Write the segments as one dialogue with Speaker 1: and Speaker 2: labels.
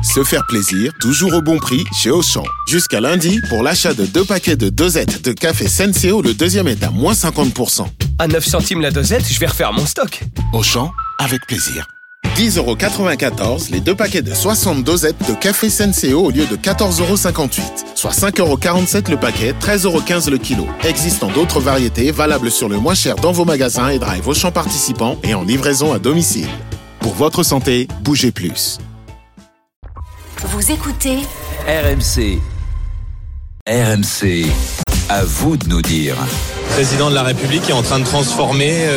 Speaker 1: Se faire plaisir, toujours au bon prix chez Auchan. Jusqu'à lundi, pour l'achat de 2 paquets de dosettes de café Senseo, le deuxième est à moins 50%.
Speaker 2: À 9 centimes la dosette, je vais refaire mon stock.
Speaker 1: Auchan, avec plaisir. 10,94€ les 2 paquets de 60 dosettes de café Senseo au lieu de 14,58€. Soit 5,47€ le paquet, 13,15€ le kilo. Existant d'autres variétés valables sur le moins cher dans vos magasins et drive Auchan participants et en livraison à domicile. Pour votre santé, bougez plus.
Speaker 3: Vous écoutez
Speaker 4: RMC. RMC, à vous de nous dire.
Speaker 5: Le président de la République est en train de transformer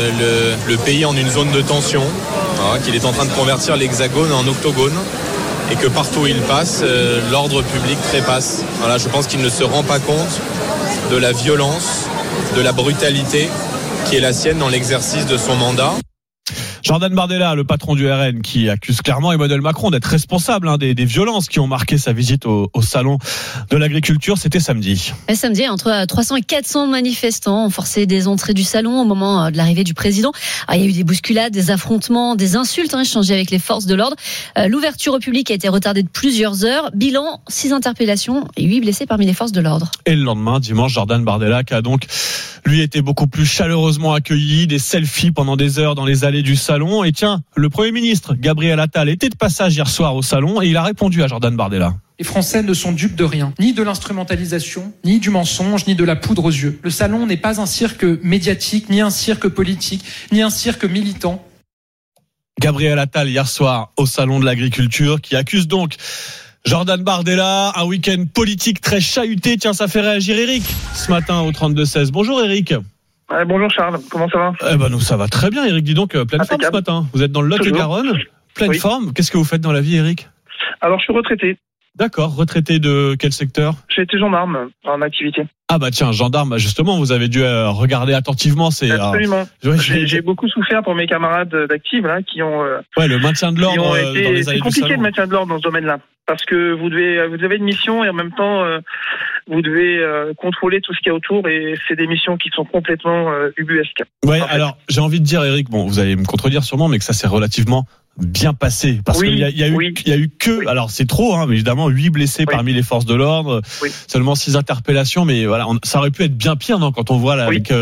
Speaker 5: le pays en une zone de tension, qu'il est en train de convertir l'hexagone en octogone et que partout où il passe, l'ordre public trépasse. Voilà, je pense qu'il ne se rend pas compte de la violence, de la brutalité qui est la sienne dans l'exercice de son mandat.
Speaker 6: Jordan Bardella, le patron du RN, qui accuse clairement Emmanuel Macron d'être responsable des violences qui ont marqué sa visite au salon de l'agriculture. C'était samedi.
Speaker 7: Et samedi, entre 300 et 400 manifestants ont forcé des entrées du salon au moment de l'arrivée du président. Il y a eu des bousculades, des affrontements, des insultes échangées avec les forces de l'ordre. L'ouverture au public a été retardée de plusieurs heures. Bilan, 6 interpellations et 8 blessés parmi les forces de l'ordre. Et
Speaker 6: le lendemain, dimanche, Jordan Bardella qui a donc, lui, été beaucoup plus chaleureusement accueilli, des selfies pendant des heures dans les allées du salon. Et tiens, le Premier ministre, Gabriel Attal, était de passage hier soir au salon et il a répondu à Jordan Bardella.
Speaker 8: Les Français ne sont dupes de rien, ni de l'instrumentalisation, ni du mensonge, ni de la poudre aux yeux. Le salon n'est pas un cirque médiatique, ni un cirque politique, ni un cirque militant.
Speaker 6: Gabriel Attal hier soir au salon de l'agriculture qui accuse donc Jordan Bardella, un week-end politique très chahuté. Tiens, ça fait réagir Eric ce matin au 32-16. Bonjour Eric.
Speaker 9: Bonjour Charles, comment ça va ?
Speaker 6: Nous ça va très bien Eric, dis donc, pleine forme ce matin. Vous êtes dans le Lot-et-Garonne, pleine forme. Qu'est-ce que vous faites dans la vie Eric ?
Speaker 9: Alors je suis retraité.
Speaker 6: D'accord, retraité de quel secteur ?
Speaker 9: J'ai été gendarme en activité.
Speaker 6: Ah bah tiens, gendarme, justement, vous avez dû regarder attentivement.
Speaker 9: Absolument. J'ai beaucoup souffert pour mes camarades d'actifs là, qui ont...
Speaker 6: le maintien de l'ordre dans les allées du salon.
Speaker 9: C'est compliqué le maintien de l'ordre dans ce domaine-là. Parce que vous avez une mission et en même temps, vous devez contrôler tout ce qu'il y a autour et c'est des missions qui sont complètement ubuesques.
Speaker 6: Ouais, alors j'ai envie de dire Eric, bon, vous allez me contredire sûrement, mais que ça s'est relativement bien passé parce qu'il y a eu que alors c'est trop mais évidemment 8 blessés parmi les forces de l'ordre, seulement 6 interpellations, mais voilà, ça aurait pu être bien pire, non, quand on voit là, avec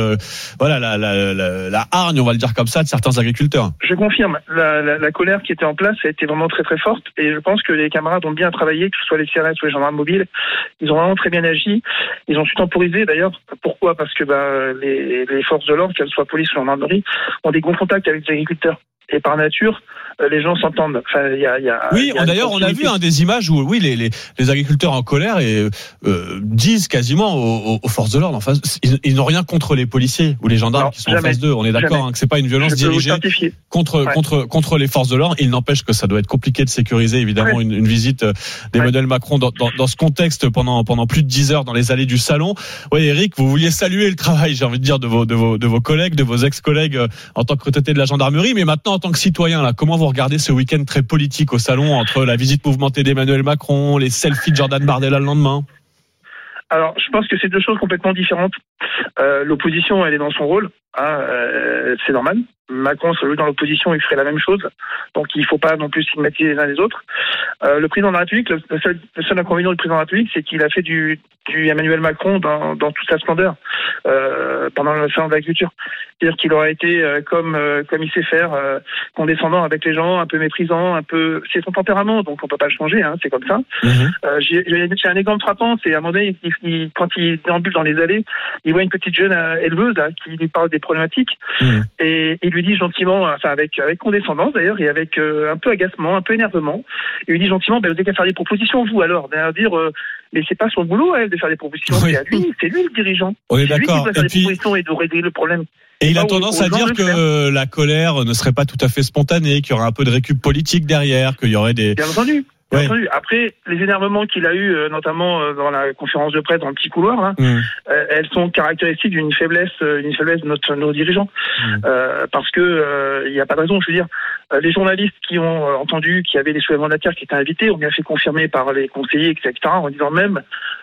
Speaker 6: la hargne, on va le dire comme ça, de certains agriculteurs.
Speaker 9: Je confirme, la colère qui était en place a été vraiment très très forte et je pense que les camarades ont bien travaillé, que ce soit les CRS ou les gendarmes mobiles, ils ont vraiment très bien agi, ils ont su temporiser d'ailleurs. Pourquoi ? Parce que les forces de l'ordre, qu'elles soient police ou gendarmerie, ont des bons contacts avec les agriculteurs. Et par nature, les gens s'entendent. Enfin,
Speaker 6: d'ailleurs, on a vu des images où, les agriculteurs en colère disent quasiment aux forces de l'ordre en face, ils n'ont rien contre les policiers ou les gendarmes qui sont en face d'eux. On est d'accord que c'est pas une violence dirigée contre les forces de l'ordre. Il n'empêche que ça doit être compliqué de sécuriser évidemment une visite d'Emmanuel Macron dans ce contexte pendant plus de 10 heures dans les allées du salon. Oui, Eric, vous vouliez saluer le travail, j'ai envie de dire, de vos collègues, de vos ex-collègues en tant que retraité de la gendarmerie, mais maintenant en tant que citoyen, là, comment vous regardez ce week-end très politique au salon entre la visite mouvementée d'Emmanuel Macron, les selfies de Jordan Bardella le lendemain ?
Speaker 9: Alors, je pense que c'est deux choses complètement différentes. L'opposition, elle est dans son rôle, c'est normal. Macron, serait dans l'opposition, il ferait la même chose. Donc, il ne faut pas non plus stigmatiser les uns les autres. Le président de la République, le seul inconvénient du président de la République, c'est qu'il a fait du Emmanuel Macron dans toute sa splendeur pendant le salon de l'agriculture. C'est-à-dire qu'il aurait été comme il sait faire, condescendant avec les gens, un peu méprisant, c'est son tempérament, donc on peut pas le changer, c'est comme ça. J'ai un exemple frappant, c'est à un moment donné, quand il déambule dans les allées, il voit une petite jeune éleveuse qui lui parle des problématiques et il lui dit gentiment, avec condescendance d'ailleurs, et avec un peu agacement, un peu énervement, il lui dit gentiment, vous avez qu'à faire des propositions, vous alors, dire mais c'est pas son boulot à elle de faire des propositions, c'est lui le dirigeant.
Speaker 6: On est
Speaker 9: c'est
Speaker 6: d'accord.
Speaker 9: lui qui doit faire des propositions et de régler le problème.
Speaker 6: Et il a tendance à dire que la colère ne serait pas tout à fait spontanée, qu'il y aurait un peu de récup politique derrière, qu'il y aurait des...
Speaker 9: Bien entendu. Après, les énervements qu'il a eu, notamment dans la conférence de presse dans le petit couloir, elles sont caractéristiques d'une faiblesse de nos dirigeants, parce que il n'y a pas de raison. Je veux dire, les journalistes qui ont entendu qu'il y avait des soulèvements de la terre qui étaient invités ont bien fait confirmer par les conseillers, etc., en disant même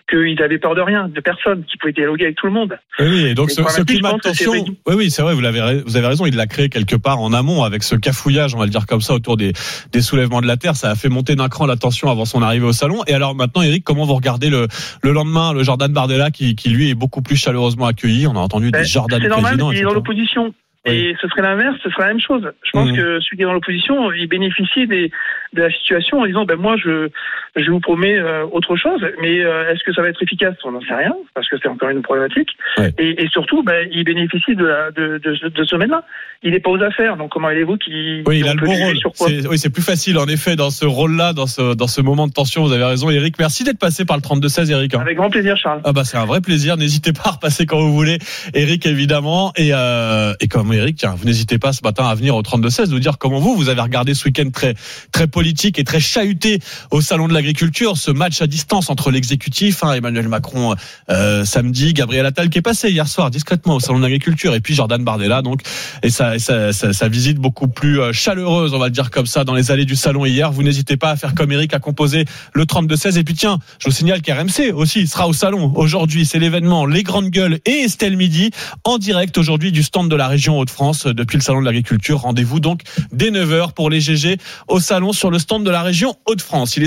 Speaker 9: qu'ils avaient peur de rien, de personne, qu'ils pouvaient dialoguer avec tout le monde.
Speaker 6: Oui, et donc ce climat de tension, oui, c'est vrai, vous avez raison, il l'a créé quelque part en amont avec ce cafouillage, on va le dire comme ça, autour des soulèvements de la terre. Ça a fait monter d'un cran la tension avant son arrivée au salon. Et alors maintenant, Eric, comment vous regardez le lendemain, le Jordan Bardella qui lui est beaucoup plus chaleureusement accueilli? On a entendu des Jordan présidents.
Speaker 9: C'est normal, il est dans l'opposition. Et ce serait l'inverse, ce serait la même chose. Je pense que celui qui est dans l'opposition, il bénéficie de la situation en disant, moi, je vous promets autre chose, mais est-ce que ça va être efficace? On n'en sait rien, parce que c'est encore une problématique. Ouais. Et surtout, il bénéficie de ce domaine-là. Il n'est pas aux affaires, donc comment allez-vous qu'il...
Speaker 6: Oui, il a le bon rôle. C'est plus facile, en effet, dans ce rôle-là, dans ce moment de tension. Vous avez raison, Eric. Merci d'être passé par le 32-16, Eric.
Speaker 9: Avec grand plaisir, Charles.
Speaker 6: C'est un vrai plaisir. N'hésitez pas à repasser quand vous voulez, Eric, évidemment. Et comme Eric, tiens, vous n'hésitez pas ce matin à venir au 32-16, nous dire comment vous avez regardé ce week-end très, très politique et très chahuté au Salon de l'Agriculture, ce match à distance entre l'exécutif, Emmanuel Macron samedi, Gabriel Attal qui est passé hier soir discrètement au Salon de l'Agriculture, et puis Jordan Bardella, donc, et sa visite beaucoup plus chaleureuse, on va le dire comme ça, dans les allées du Salon hier. Vous n'hésitez pas à faire comme Eric, à composer le 32-16. Et puis tiens, je vous signale qu'RMC aussi sera au Salon aujourd'hui. C'est l'événement Les Grandes Gueules et Estelle Midi en direct aujourd'hui du stand de la région Hauts-de-France depuis le Salon de l'Agriculture. Rendez-vous donc dès 9h pour les GG au Salon sur le stand de la région Hauts-de-France.